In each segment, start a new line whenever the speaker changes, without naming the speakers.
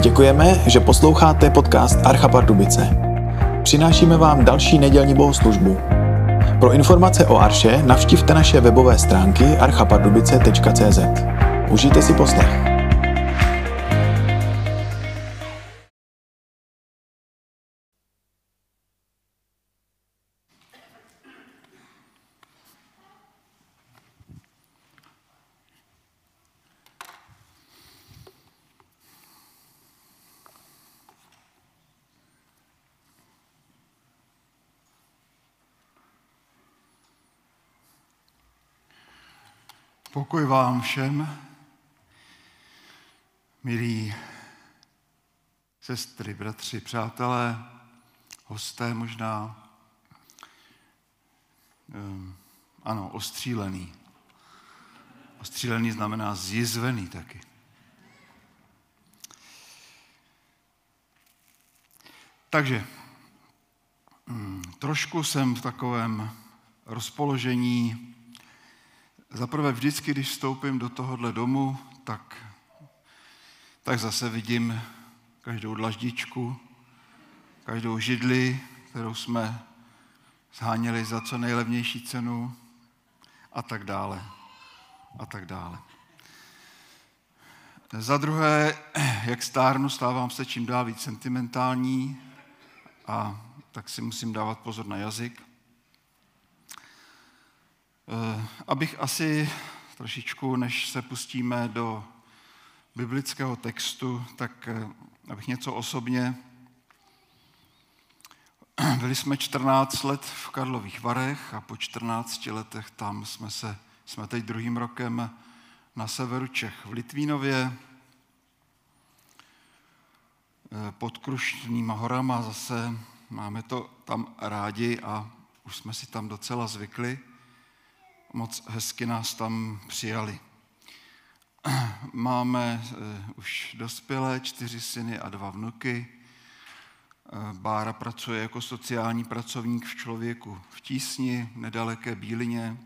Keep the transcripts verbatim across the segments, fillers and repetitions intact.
Děkujeme, že posloucháte podcast Archa Pardubice. Přinášíme vám další nedělní bohoslužbu. Pro informace o Arše navštivte naše webové stránky archa pardubice tečka cé zet. Užijte si poslech.
Pokoj vám všem, milí sestry, bratři, přátelé, hosté možná, um, ano, ostřílený. Ostřílený znamená zjizvený taky. Takže um, trošku jsem v takovém rozpoložení. Zaprvé vždycky, když vstoupím do tohohle domu, tak, tak zase vidím každou dlaždičku, každou židli, kterou jsme sháněli za co nejlevnější cenu a tak dále. A tak dále. Za druhé, jak stárnu, stávám se čím dál víc sentimentální a tak si musím dávat pozor na jazyk. Abych asi trošičku, než se pustíme do biblického textu, tak abych něco osobně. Byli jsme čtrnáct let v Karlových Varech a po čtrnácti letech tam jsme se, jsme teď druhým rokem na severu Čech v Litvínově pod Krušnýma horama zase. Máme to tam rádi a už jsme si tam docela zvykli. Moc hezky nás tam přijali. Máme už dospělé čtyři syny a dva vnuky. Bára pracuje jako sociální pracovník v Člověku v Tísni, nedaleké Bílině.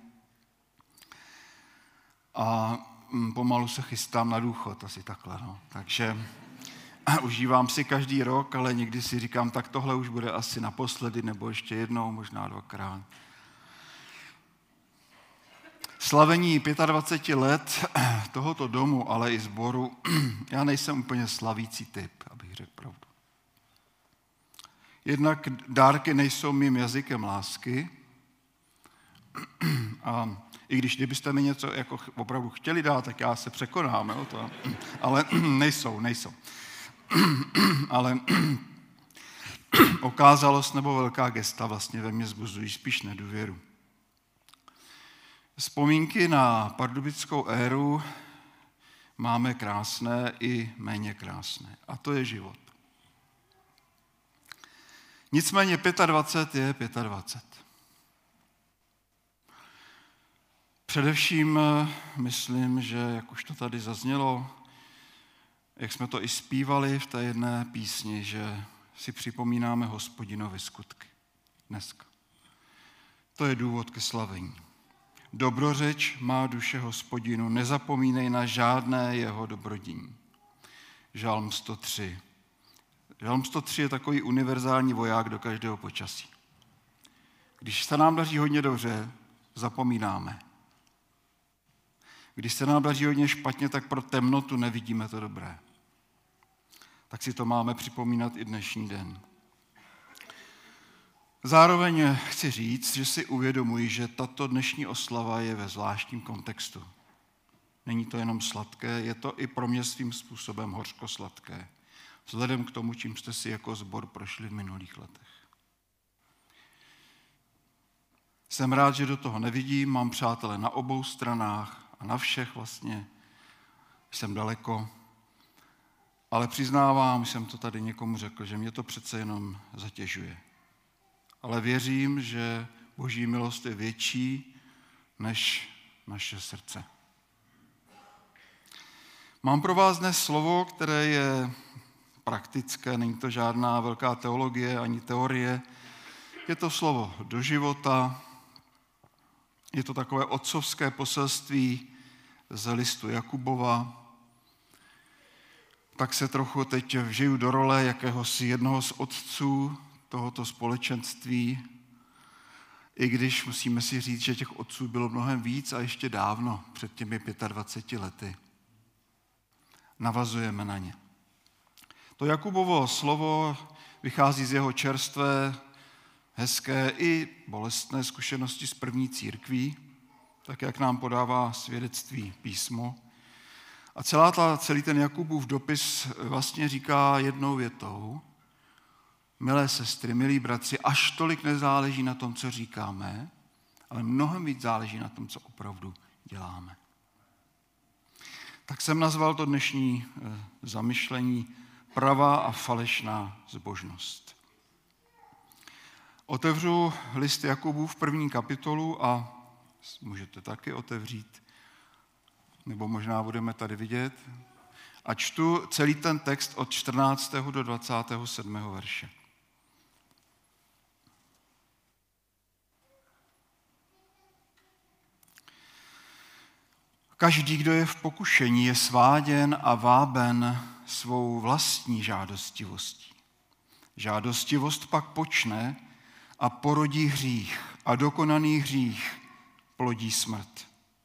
A pomalu se chystám na důchod, asi takhle. No. Takže užívám si každý rok, ale někdy si říkám, tak tohle už bude asi naposledy, nebo ještě jednou, možná dvakrát. Slavení dvacet pět let tohoto domu, ale i sboru, já nejsem úplně slavící typ, abych řekl pravdu. Jednak dárky nejsou mým jazykem lásky a i když kdybyste mi něco jako opravdu chtěli dát, tak já se překonám, jo, to, ale nejsou, nejsou. Ale okázalost nebo velká gesta vlastně ve mně vzbuzují spíš nedůvěru. Vzpomínky na pardubickou éru máme krásné i méně krásné. A to je život. Nicméně dvacet pět je dvacet pět. Především myslím, že jak už to tady zaznělo, jak jsme to i zpívali v té jedné písni, že si připomínáme Hospodinovi skutky dneska. To je důvod ke slavení. Dobrořeč má duše Hospodinu, nezapomínej na žádné jeho dobrodiní. Žalm sto tři. Žalm sto tři je takový univerzální voják do každého počasí. Když se nám daří hodně dobře, zapomínáme. Když se nám daří hodně špatně, tak pro temnotu nevidíme to dobré. Tak si to máme připomínat i dnešní den. Zároveň chci říct, že si uvědomuji, že tato dnešní oslava je ve zvláštním kontextu. Není to jenom sladké, je to i pro mě svým způsobem hořko-sladké. Vzhledem k tomu, čím jste si jako sbor prošli v minulých letech. Jsem rád, že do toho nevidím, mám přátele na obou stranách a na všech vlastně. Jsem daleko, ale přiznávám, jsem to tady někomu řekl, že mě to přece jenom zatěžuje. Ale věřím, že Boží milost je větší než naše srdce. Mám pro vás dnes slovo, které je praktické, není to žádná velká teologie ani teorie. Je to slovo do života, je to takové otcovské poselství z listu Jakubova. tak se trochu teď vžiju do role jakéhosi jednoho z otců tohoto společenství, i když musíme si říct, že těch otců bylo mnohem víc a ještě dávno, před těmi dvaceti pěti lety. Navazujeme na ně. To Jakubovo slovo vychází z jeho čerstvé, hezké i bolestné zkušenosti z první církví, tak jak nám podává svědectví písmo. A celá ta, celý ten Jakubův dopis vlastně říká jednou větou: milé sestry, milí bratři, až tolik nezáleží na tom, co říkáme, ale mnohem víc záleží na tom, co opravdu děláme. Tak jsem nazval to dnešní zamyšlení pravá a falešná zbožnost. Otevřu list Jakubův první kapitolu a můžete taky otevřít, nebo možná budeme tady vidět. A čtu celý ten text od čtrnáctého do dvacátého sedmého verše. Každý, kdo je v pokušení, je sváděn a váben svou vlastní žádostivostí. Žádostivost pak počne a porodí hřích a dokonaný hřích plodí smrt.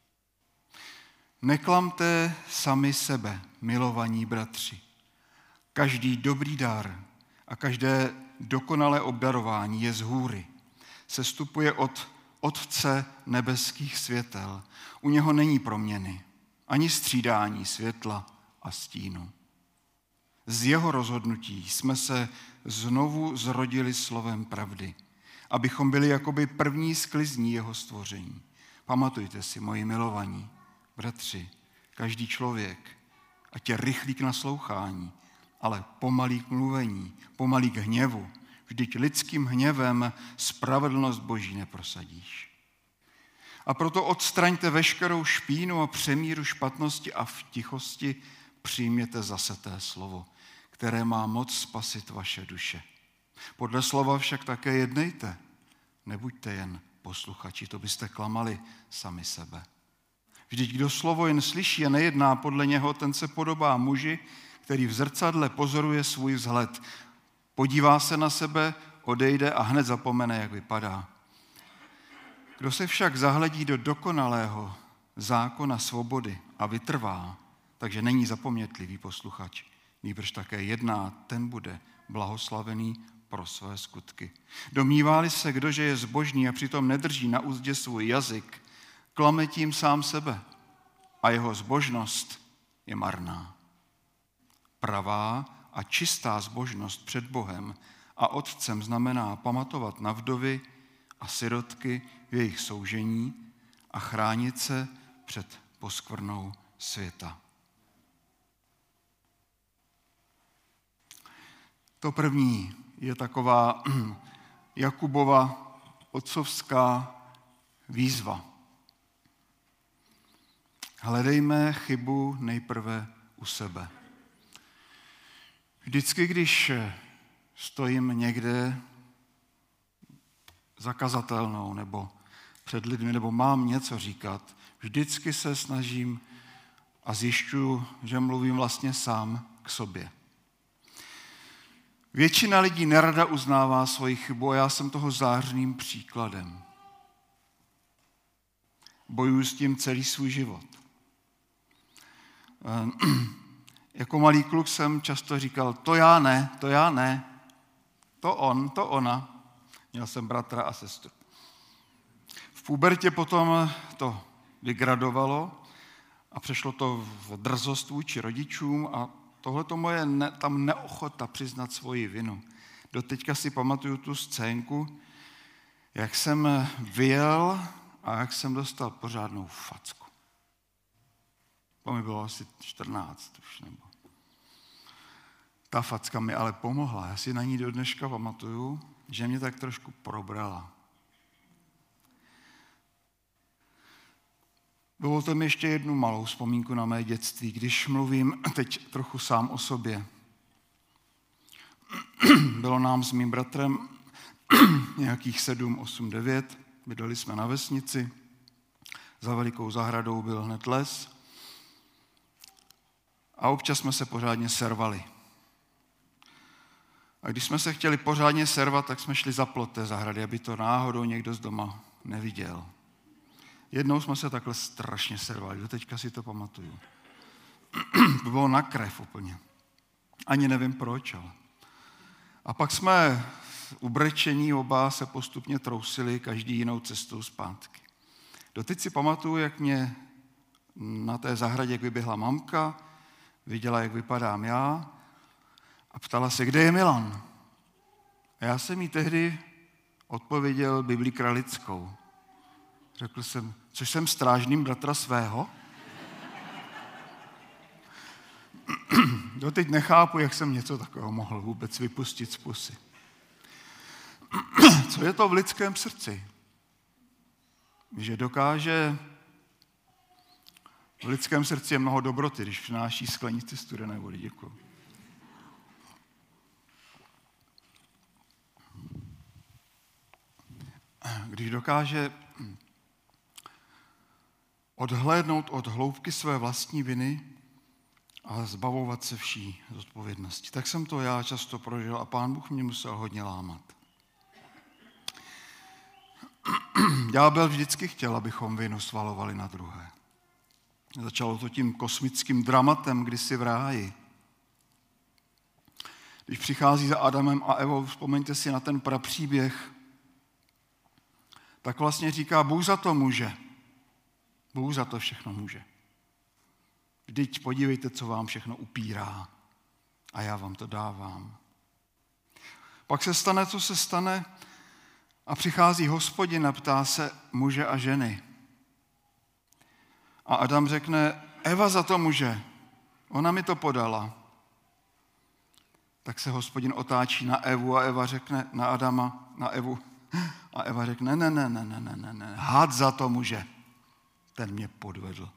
Neklamte sami sebe, milovaní bratři. Každý dobrý dar a každé dokonalé obdarování je z hůry. Sestupuje od Otce nebeských světel. U něho není proměny, ani střídání světla a stínu. Z jeho rozhodnutí jsme se znovu zrodili slovem pravdy, abychom byli jakoby první sklizní jeho stvoření. Pamatujte si, moji milovaní bratři, každý člověk, ať je rychlý k naslouchání, ale pomalý k mluvení, pomalý k hněvu. Vždyť lidským hněvem spravedlnost Boží neprosadíš. A proto odstraňte veškerou špínu a přemíru špatnosti a v tichosti přijměte zaseté slovo, které má moc spasit vaše duše. Podle slova však také jednejte. Nebuďte jen posluchači, to byste klamali sami sebe. Vždyť kdo slovo jen slyší a nejedná podle něho, ten se podobá muži, který v zrcadle pozoruje svůj vzhled. Podívá se na sebe, odejde a hned zapomene, jak vypadá. Kdo se však zahledí do dokonalého zákona svobody a vytrvá, takže není zapomnětlivý posluchač, nýbrž také jedná, ten bude blahoslavený pro své skutky. Domnívá-li se kdo, že je zbožný a přitom nedrží na úzdě svůj jazyk, klame tím sám sebe a jeho zbožnost je marná. Pravá a čistá zbožnost před Bohem a Otcem znamená pamatovat na vdovy a sirotky v jejich soužení a chránit se před poskvrnou světa. To první je taková Jakubova otcovská výzva. Hledejme chybu nejprve u sebe. Vždycky, když stojím někde za kazatelnou nebo před lidmi, nebo mám něco říkat, vždycky se snažím a zjišťuju, že mluvím vlastně sám k sobě. Většina lidí nerada uznává svoji chybu a já jsem toho zářným příkladem. Bojuju s tím celý svůj život. Jako malý kluk jsem často říkal, to já ne, to já ne, to on, to ona. Měl jsem bratra a sestru. V pubertě potom to vygradovalo a přešlo to v drzost vůči rodičům a tohleto moje ne, tam neochota přiznat svoji vinu. Doteďka si pamatuju tu scénku, jak jsem vyjel a jak jsem dostal pořádnou facku. To mi bylo asi čtrnáct už, nebo. Ta facka mi ale pomohla. Já si na ní do dneška pamatuju, že mě tak trošku probrala. Dovolte mi ještě jednu malou vzpomínku na mé dětství, když mluvím teď trochu sám o sobě. Bylo nám s mým bratrem nějakých sedm, osm, devět. Bydleli jsme na vesnici. Za velikou zahradou byl hned les. A občas jsme se pořádně servali. A když jsme se chtěli pořádně servat, tak jsme šli za plot té zahrady, aby to náhodou někdo z doma neviděl. Jednou jsme se takhle strašně servali, do teďka si to pamatuju. To bylo na krev úplně. Ani nevím proč, ale. A pak jsme ubrečení oba se postupně trousili každý jinou cestou zpátky. Doteď si pamatuju, jak mě na té zahradě vyběhla mamka, viděla, jak vypadám já a ptala se, kde je Milan. A já jsem jí tehdy odpověděl Biblí kralickou. Řekl jsem, což jsem strážným bratra svého. Doteď nechápu, jak jsem něco takového mohl vůbec vypustit z pusy. Co je to v lidském srdci? Že dokáže, v lidském srdci je mnoho dobroty, když přináší sklenici studené vody. Děkuji. Když dokáže odhlédnout od hloubky své vlastní viny a zbavovat se vší zodpovědnosti. Tak jsem to já často prožil a Pán Bůh mě musel hodně lámat. Ďábel vždycky chtěl, abychom vinu svalovali na druhé. Začalo to tím kosmickým dramatem kdysi v ráji. Když přichází za Adamem a Evou, vzpomeňte si na ten prapříběh, tak vlastně říká, Bůh za to může. Bůh za to všechno může. Vždyť podívejte, co vám všechno upírá a já vám to dávám. Pak se stane, co se stane a přichází Hospodin a ptá se muže a ženy. A Adam řekne, Eva za to může, ona mi to podala. Tak se Hospodin otáčí na Evu a Eva řekne, na Adama, na Evu. A Eva řekne, ne, ne, ne, ne, ne, ne, ne, had za to může. Ten mě podvedl.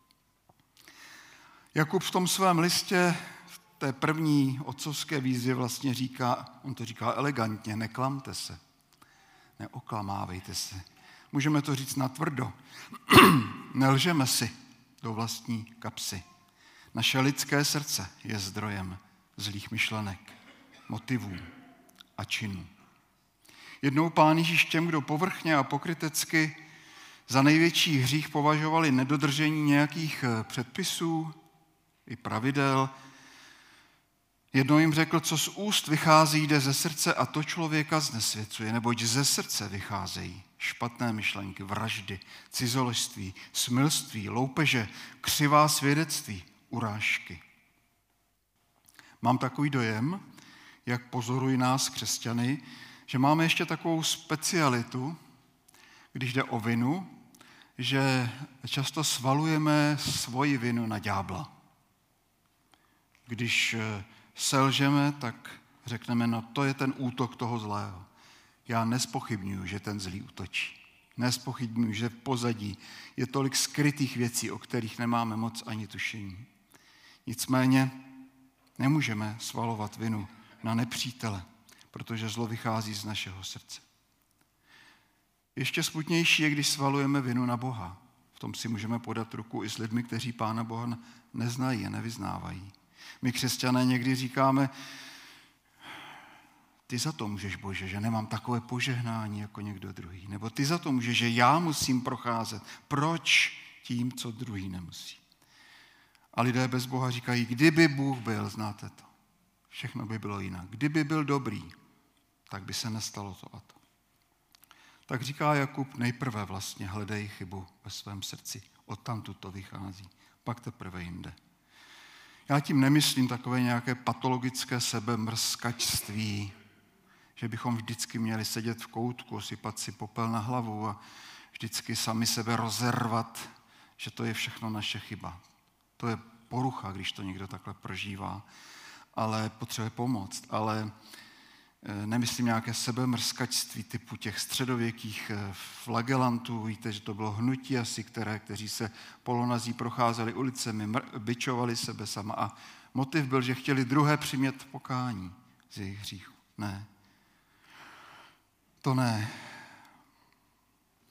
Jakub v tom svém listě, v té první otcovské výzvě vlastně říká, on to říká elegantně, neklamte se, neoklamávejte se. Můžeme to říct natvrdo. Nelžeme si do vlastní kapsy. Naše lidské srdce je zdrojem zlých myšlenek, motivů a činů. Jednou Pán Ježíš těm, kdo povrchně a pokrytecky za největší hřích považovali nedodržení nějakých předpisů i pravidel, jednou jim řekl, co z úst vychází, jde ze srdce a to člověka znesvěcuje, neboť ze srdce vycházejí špatné myšlenky, vraždy, cizoložství, smilství, loupeže, křivá svědectví, urážky. Mám takový dojem, jak pozorují nás křesťany, že máme ještě takovou specialitu, když jde o vinu, že často svalujeme svoji vinu na ďábla. Když selžeme, tak řekneme, no to je ten útok toho zlého. Já nespochybňuji, že ten zlý útočí. Nespochybňuji, že v pozadí je tolik skrytých věcí, o kterých nemáme moc ani tušení. Nicméně nemůžeme svalovat vinu na nepřítele, protože zlo vychází z našeho srdce. Ještě smutnější je, když svalujeme vinu na Boha. V tom si můžeme podat ruku i s lidmi, kteří Pána Boha neznají a nevyznávají. My křesťané někdy říkáme, ty za to můžeš, Bože, že nemám takové požehnání jako někdo druhý. Nebo ty za to můžeš, že já musím procházet. Proč tím, co druhý nemusí? A lidé bez Boha říkají, kdyby Bůh byl, znáte to, všechno by bylo jinak. Kdyby byl dobrý, tak by se nestalo to a to. Tak říká Jakub, nejprve vlastně hledej chybu ve svém srdci. Odtamtud to vychází, pak teprve jinde. Já tím nemyslím takové nějaké patologické sebemrskačství, že bychom vždycky měli sedět v koutku, sypat si popel na hlavu a vždycky sami sebe rozervat, že to je všechno naše chyba. To je porucha, když to někdo takhle prožívá, ale potřebuje pomoct. Ale nemyslím nějaké sebemrskačství typu těch středověkých flagelantů. Víte, že to bylo hnutí asi, které, kteří se polonazí procházeli ulicemi, mr- bičovali sebe sama a motiv byl, že chtěli druhé přimět pokání z jejich hříchu. Ne. To ne.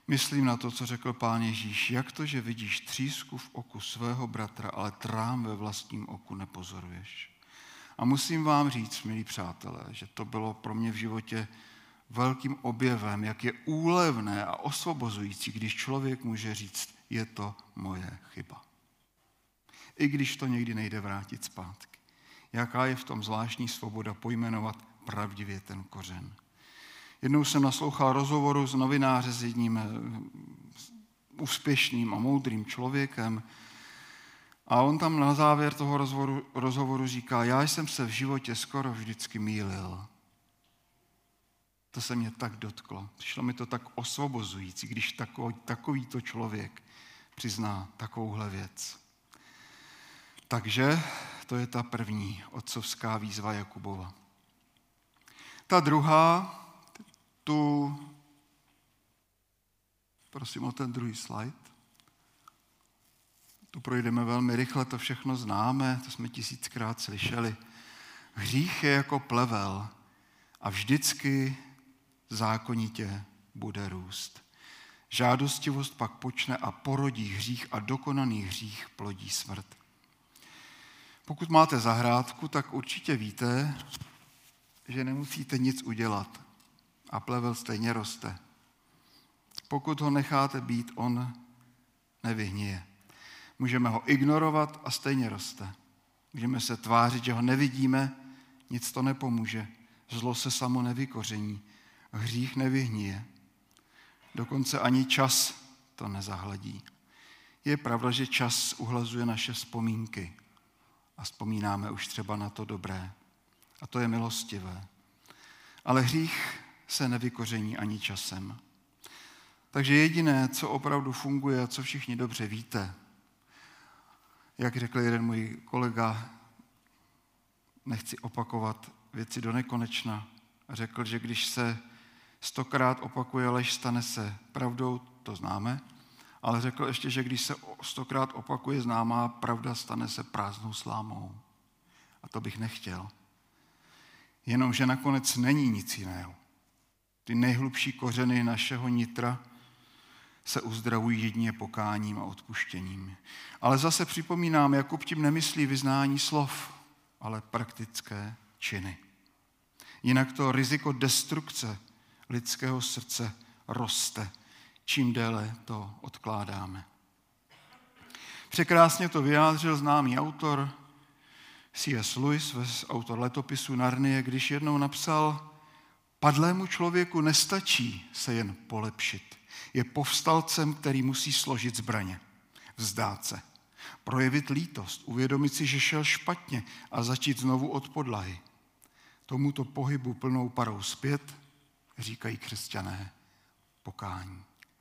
Myslím na to, co řekl Pán Ježíš. Jak to, že vidíš třísku v oku svého bratra, ale trám ve vlastním oku nepozoruješ? A musím vám říct, milí přátelé, že to bylo pro mě v životě velkým objevem, jak je úlevné a osvobozující, když člověk může říct, je to moje chyba. I když to někdy nejde vrátit zpátky. Jaká je v tom zvláštní svoboda pojmenovat pravdivě ten kořen. Jednou jsem naslouchal rozhovoru s novináře s jedním úspěšným a moudrým člověkem a on tam na závěr toho rozhovoru, rozhovoru říká, já jsem se v životě skoro vždycky mýlil. To se mě tak dotklo. Přišlo mi to tak osvobozující, když takový, takovýto člověk přizná takovouhle věc. Takže to je ta první otcovská výzva Jakubova. Ta druhá, tu, prosím o ten druhý slide, tu projdeme velmi rychle, to všechno známe, to jsme tisíckrát slyšeli. Hřích je jako plevel a vždycky zákonitě bude růst. Žádostivost pak počne a porodí hřích a dokonaný hřích plodí smrt. Pokud máte zahrádku, tak určitě víte, že nemusíte nic udělat a plevel stejně roste. Pokud ho necháte být, on nevyhnije. Můžeme ho ignorovat a stejně roste. Můžeme se tvářit, že ho nevidíme, nic to nepomůže. Zlo se samo nevykoření, hřích nevyhnije. Dokonce ani čas to nezahladí. Je pravda, že čas uhlazuje naše vzpomínky a vzpomínáme už třeba na to dobré. A to je milostivé. Ale hřích se nevykoření ani časem. Takže jediné, co opravdu funguje a co všichni dobře víte, jak řekl jeden můj kolega, nechci opakovat věci do nekonečna, řekl, že když se stokrát opakuje lež, stane se pravdou, to známe, ale řekl ještě, že když se stokrát opakuje známá pravda, stane se prázdnou slámou. A to bych nechtěl. Jenomže nakonec není nic jiného. Ty nejhlubší kořeny našeho nitra se uzdravují jedině pokáním a odpuštěním. Ale zase připomínám, Jakub tím nemyslí vyznání slov, ale praktické činy. Jinak to riziko destrukce lidského srdce roste, čím déle to odkládáme. Překrásně to vyjádřil známý autor C S Lewis, autor letopisu Narnie, když jednou napsal, padlému člověku nestačí se jen polepšit. Je povstalcem, který musí složit zbraně, vzdát se, projevit lítost, uvědomit si, že šel špatně a začít znovu od podlahy. Tomuto pohybu plnou parou zpět říkají křesťané pokání.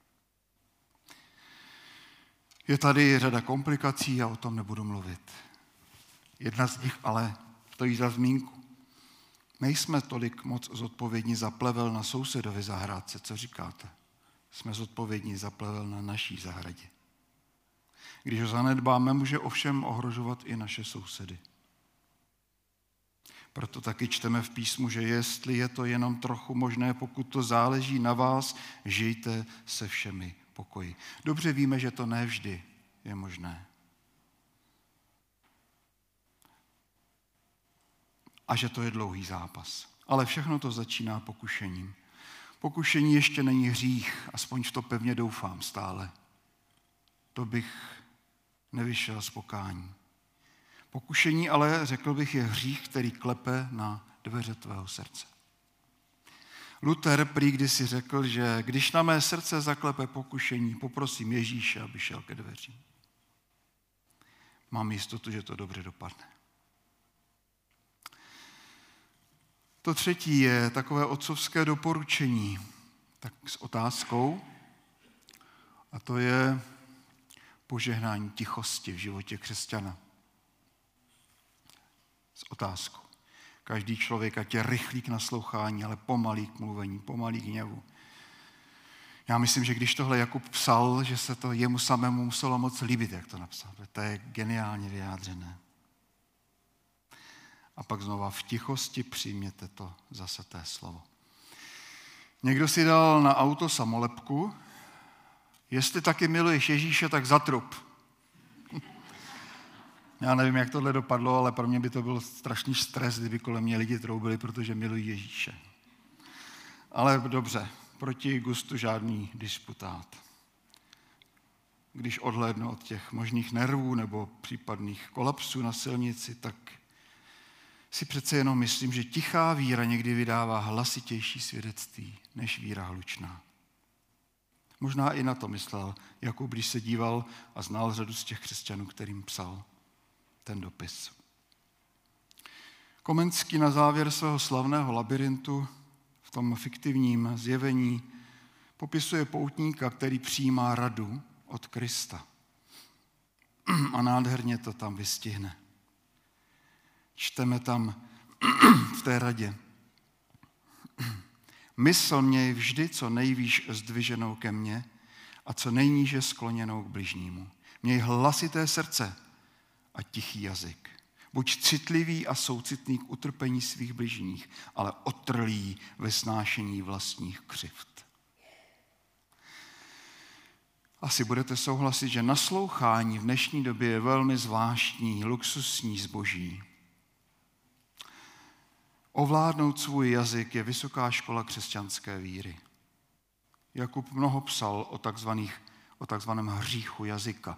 Je tady řada komplikací, já o tom nebudu mluvit. Jedna z nich ale stojí za zmínku. Nejsme tolik moc zodpovědní za plevel na sousedovi zahrádce, co říkáte? Jsme zodpovědní za plevel na naší zahradě. Když ho zanedbáme, může ovšem ohrožovat i naše sousedy. Proto taky čteme v písmu, že jestli je to jenom trochu možné, pokud to záleží na vás, žijte se všemi pokoji. Dobře víme, že to ne vždy je možné. A že to je dlouhý zápas. Ale všechno to začíná pokušením. Pokušení ještě není hřích, aspoň v to pevně doufám stále. To bych nevyšel z pokání. Pokušení ale, řekl bych, je hřích, který klepe na dveře tvého srdce. Luther prý kdysi řekl, že když na mé srdce zaklepe pokušení, poprosím Ježíše, aby šel ke dveřím. Mám jistotu, že to dobře dopadne. To třetí je takové otcovské doporučení, tak s otázkou, a to je požehnání tichosti v životě křesťana. S otázkou. Každý člověk, ať je rychlý k naslouchání, ale pomalý k mluvení, pomalý k hněvu. Já myslím, že když tohle Jakub psal, že se to jemu samému muselo moc líbit, jak to napsal. To je geniálně vyjádřené. A pak znova v tichosti přijměte to zaseté slovo. Někdo si dal na auto samolepku Jestli taky miluješ Ježíše, tak zatrup. Já nevím, jak tohle dopadlo, ale pro mě by to byl strašný stres, kdyby kolem mě lidi troubili, protože milují Ježíše. Ale dobře, proti gustu žádný disputát. Když odhlédnu od těch možných nervů nebo případných kolapsů na silnici, tak si přece jenom myslím, že tichá víra někdy vydává hlasitější svědectví než víra hlučná. Možná i na to myslel Jakub, když se díval a znal řadu z těch křesťanů, kterým psal ten dopis. Komenský na závěr svého slavného labyrintu v tom fiktivním zjevení popisuje poutníka, který přijímá radu od Krista. A nádherně to tam vystihne. Čteme tam v té radě. Mysl měj vždy co nejvýš zdviženou ke mně a co nejníže skloněnou k bližnímu. Měj hlasité srdce a tichý jazyk. Buď citlivý a soucitný k utrpení svých bližních, ale otrlý ve snášení vlastních křivd. Asi budete souhlasit, že naslouchání v dnešní době je velmi zvláštní, luxusní zboží. Ovládnout svůj jazyk je vysoká škola křesťanské víry. Jakub mnoho psal o takzvaných, o takzvaném hříchu jazyka.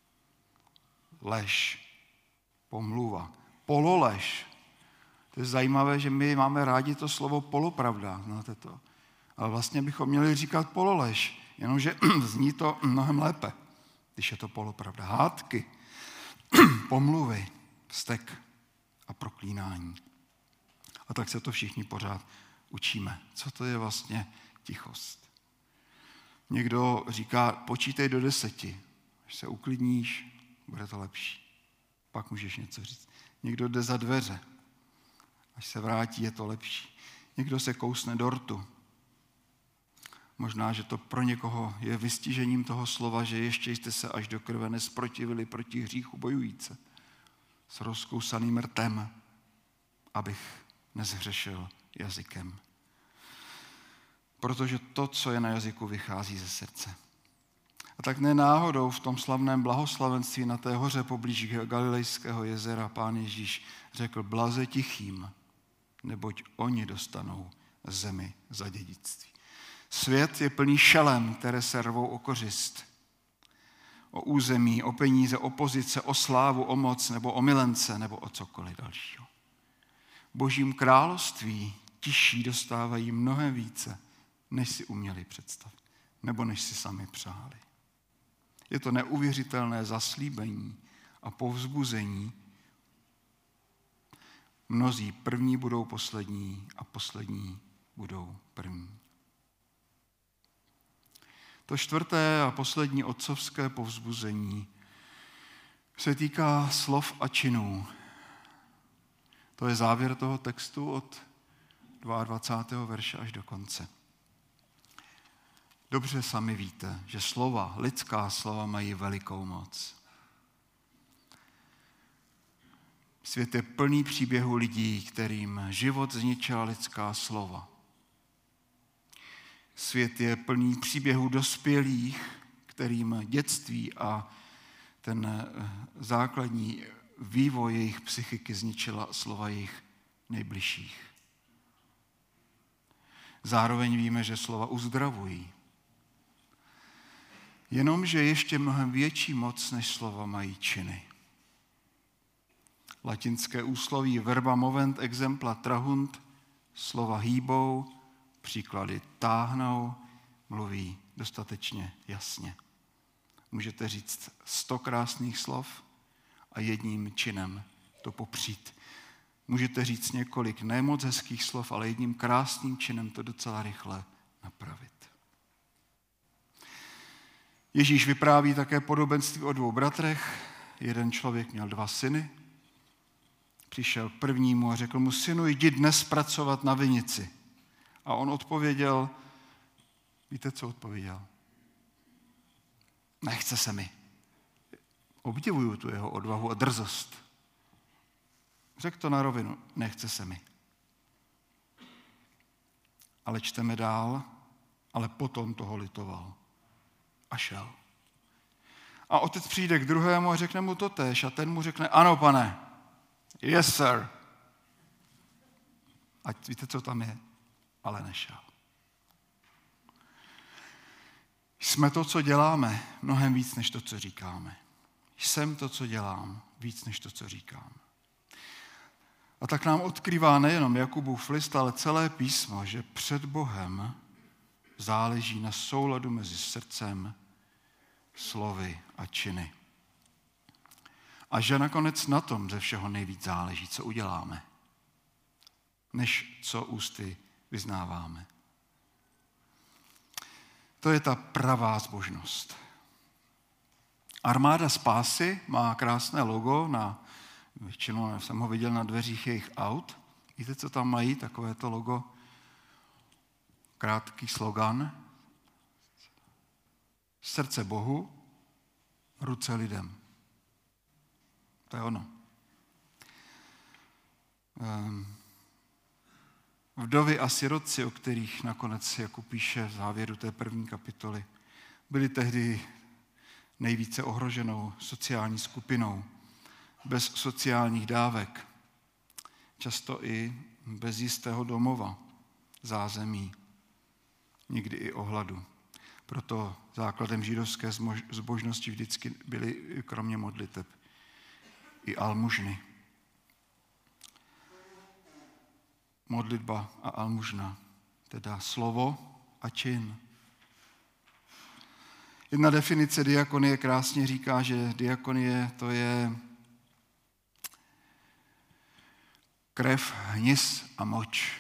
Lež, pomluva, pololež. To je zajímavé, že my máme rádi to slovo polopravda, znáte to. Ale vlastně bychom měli říkat pololež, jenomže zní to mnohem lépe, když je to polopravda. Hádky, pomluvy, vztek a proklínání. A tak se to všichni pořád učíme. Co to je vlastně tichost? Někdo říká, počítej do deseti. Až se uklidníš, bude to lepší. Pak můžeš něco říct. Někdo jde za dveře. Až se vrátí, je to lepší. Někdo se kousne do rtu. Možná, že to pro někoho je vystižením toho slova, že ještě jste se až do krve nesprotivili proti hříchu bojujíce. S rozkousaným rtem, abych nezhřešil jazykem. Protože to, co je na jazyku, vychází ze srdce. A tak nenáhodou v tom slavném blahoslavenství na té hoře poblíž Galilejského jezera Pán Ježíš řekl blaze tichým, neboť oni dostanou zemi za dědictví. Svět je plný šelem, které se rvou o kořist. O území, o peníze, o pozice, o slávu, o moc nebo o milence nebo o cokoliv dalšího. Božím království tiší dostávají mnohem více, než si uměli představit, nebo než si sami přáli. Je to neuvěřitelné zaslíbení a povzbuzení. Mnozí první budou poslední a poslední budou první. To čtvrté a poslední otcovské povzbuzení se týká slov a činů. To je závěr toho textu od dvacátého druhého verše až do konce. Dobře sami víte, že slova, lidská slova mají velikou moc. Svět je plný příběhů lidí, kterým život zničila lidská slova. Svět je plný příběhů dospělých, kterým dětství a ten základní vývoj jejich psychiky zničila slova jejich nejbližších. Zároveň víme, že slova uzdravují. Jenomže ještě mnohem větší moc než slova mají činy. Latinské úsloví verba movent exempla trahunt, slova hýbou, příklady táhnou, mluví dostatečně jasně. Můžete říct sto krásných slov a jedním činem to popřít. Můžete říct několik nemoc hezkých slov, ale jedním krásným činem to docela rychle napravit. Ježíš vypráví také podobenství o dvou bratrech. Jeden člověk měl dva syny. Přišel k prvnímu a řekl mu, synu, jdi dnes pracovat na vinici. A on odpověděl, víte, co odpověděl? Nechce se mi. Obdivuju tu jeho odvahu a drzost. Řekl to na rovinu, nechce se mi. Ale čteme dál, ale potom toho litoval. a šel. A otec přijde k druhému a řekne mu totéž a ten mu řekne, ano, pane, yes, sir. Ať víte, co tam je, ale nešel. Jsme to, co děláme, mnohem víc, než to, co říkáme. Jsem to, co dělám, víc, než to, co říkám. A tak nám odkrývá nejenom Jakubův list, ale celé písmo, že před Bohem záleží na souladu mezi srdcem, slovy a činy. A že nakonec na tom ze všeho nejvíc záleží, co uděláme, než co ústy vyznáváme. To je ta pravá zbožnost. Armáda spásy má krásné logo, na, většinou jsem ho viděl na dveřích jejich aut. Víte, co tam mají? Takové to logo, krátký slogan. Srdce Bohu, ruce lidem. To je ono. Vdovy a sirotci, o kterých nakonec Jakub píše v závěru té první kapitoly, byli tehdy nejvíce ohroženou sociální skupinou, bez sociálních dávek, často i bez jistého domova, zázemí, někdy i ohladu. Proto základem židovské zbožnosti vždycky byly kromě modliteb i almužny. Modlitba a almužna, teda slovo a čin. Jedna definice diakonie krásně říká, že diakonie to je krev, hnis a moč.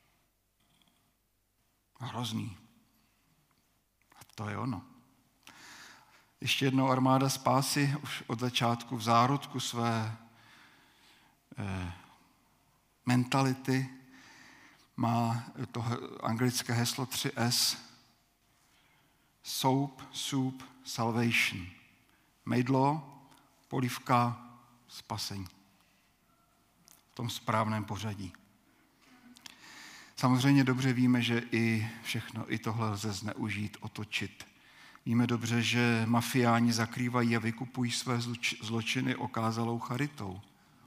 Hrozný. A to je ono. Ještě jednou armáda spásy už od začátku v zárodku své eh, mentality má to anglické heslo tři S. Soap, soup, salvation. Mejdlo, polívka, spasení. V tom správném pořadí. Samozřejmě dobře víme, že i všechno, i tohle lze zneužít, otočit. Víme dobře, že mafiáni zakrývají a vykupují své zločiny okázalou charitou.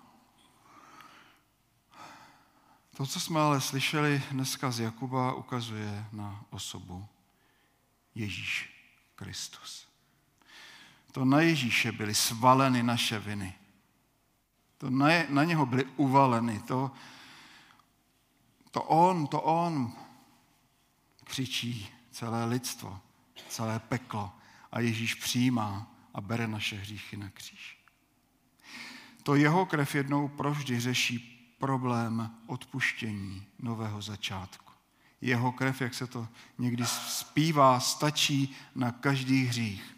To, co jsme ale slyšeli dneska z Jakuba, ukazuje na osobu Ježíš Kristus. To na Ježíše byly svaleny naše viny. To na, je, na něho byly uvaleny. To, to on, to on křičí celé lidstvo, celé peklo a Ježíš přijímá a bere naše hříchy na kříž. To jeho krev jednou provždy řeší problém odpuštění nového začátku. Jeho krev, jak se to někdy zpívá, stačí na každý hřích.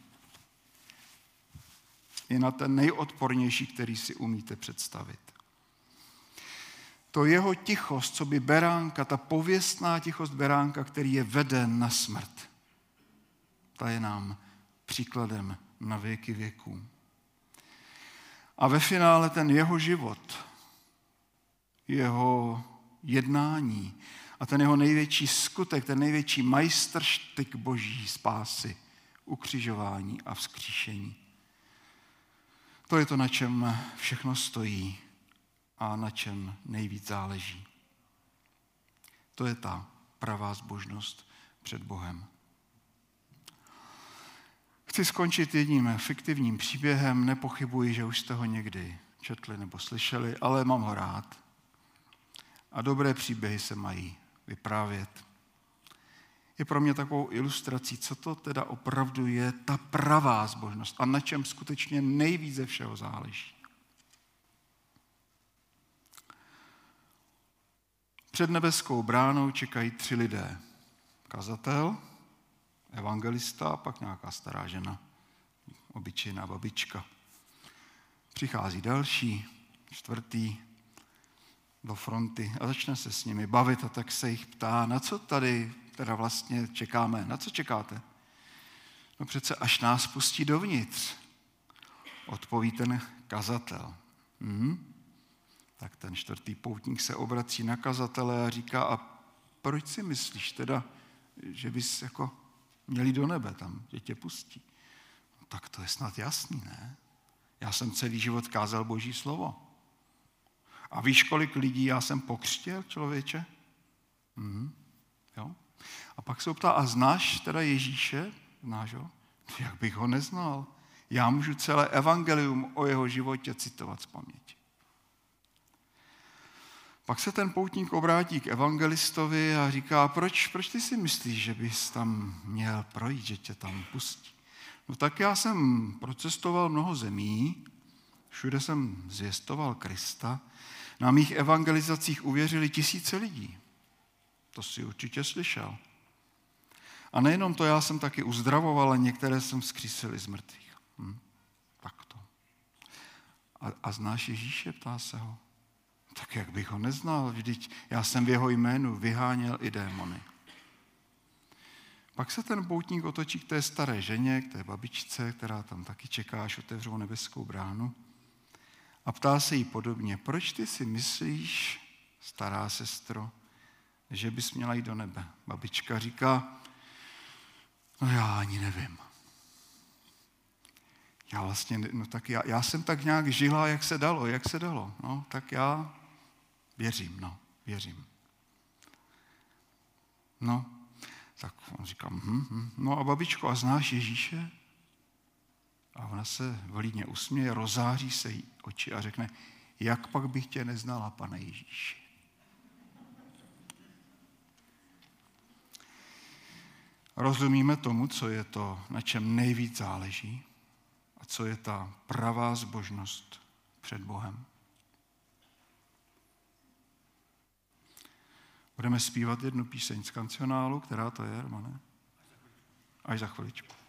Je na ten nejodpornější, který si umíte představit. To jeho tichost, co by beránka, ta pověstná tichost beránka, který je veden na smrt, ta je nám příkladem na věky věků. A ve finále ten jeho život, jeho jednání a ten jeho největší skutek, ten největší majstrštyk boží spásy, ukřižování a vzkříšení. To je to, na čem všechno stojí a na čem nejvíc záleží. To je ta pravá zbožnost před Bohem. Chci skončit jedním fiktivním příběhem, nepochybuji, že už jste ho někdy četli nebo slyšeli, ale mám ho rád. A dobré příběhy se mají vyprávět. Je pro mě takovou ilustrací, co to teda opravdu je ta pravá zbožnost a na čem skutečně nejvíc ze všeho záleží. Před nebeskou bránou čekají tři lidé. Kazatel, evangelista a pak nějaká stará žena, obyčejná babička. Přichází další, čtvrtý, do fronty a začne se s nimi bavit a tak se jich ptá, na co tady teda vlastně čekáme, na co čekáte? No přece až nás pustí dovnitř, odpoví ten kazatel. Mhm. Tak ten čtvrtý poutník se obrací na kazatele a říká, a proč si myslíš teda, že bys jako Měli do nebe, tam tě, tě pustí. No, tak to je snad jasný, ne? Já jsem celý život kázal Boží slovo. A víš, kolik lidí já jsem pokřtěl, člověče? Mhm. Jo? A pak se ptá, a znáš teda Ježíše? Znáš ho? Jak bych ho neznal? Já můžu celé evangelium o jeho životě citovat z paměti. Pak se ten poutník obrátí k evangelistovi a říká, proč, proč ty si myslíš, že bys tam měl projít, že tě tam pustí? No tak já jsem procestoval mnoho zemí, všude jsem zvěstoval Krista, na mých evangelizacích uvěřili tisíce lidí. To si určitě slyšel. A nejenom to, já jsem taky uzdravoval, ale některé jsem vzkřísil z mrtvých. Hm, tak to. A, a znáš Ježíše, ptá se ho. Tak jak bych ho neznal, vždyť já jsem v jeho jménu vyháněl i démony. Pak se ten poutník otočí k té staré ženě, k té babičce, která tam taky čeká, až otevřou nebeskou bránu. A ptá se jí podobně, proč ty si myslíš, stará sestro, že bys měla jít do nebe? Babička říká, no já ani nevím. Já vlastně, no tak já, já jsem tak nějak žila, jak se dalo, jak se dalo. No tak já věřím, no, věřím. No, tak on říká, hm, hm. No a babičko, a znáš Ježíše? A ona se vlídně usměje, rozáří se jí oči a řekne, jak pak bych tě neznala, pane Ježíši. Rozumíme tomu, co je to, na čem nejvíc záleží a co je ta pravá zbožnost před Bohem. Budeme zpívat jednu píseň z kancionálu, která to je, Romane? Až za chviličku.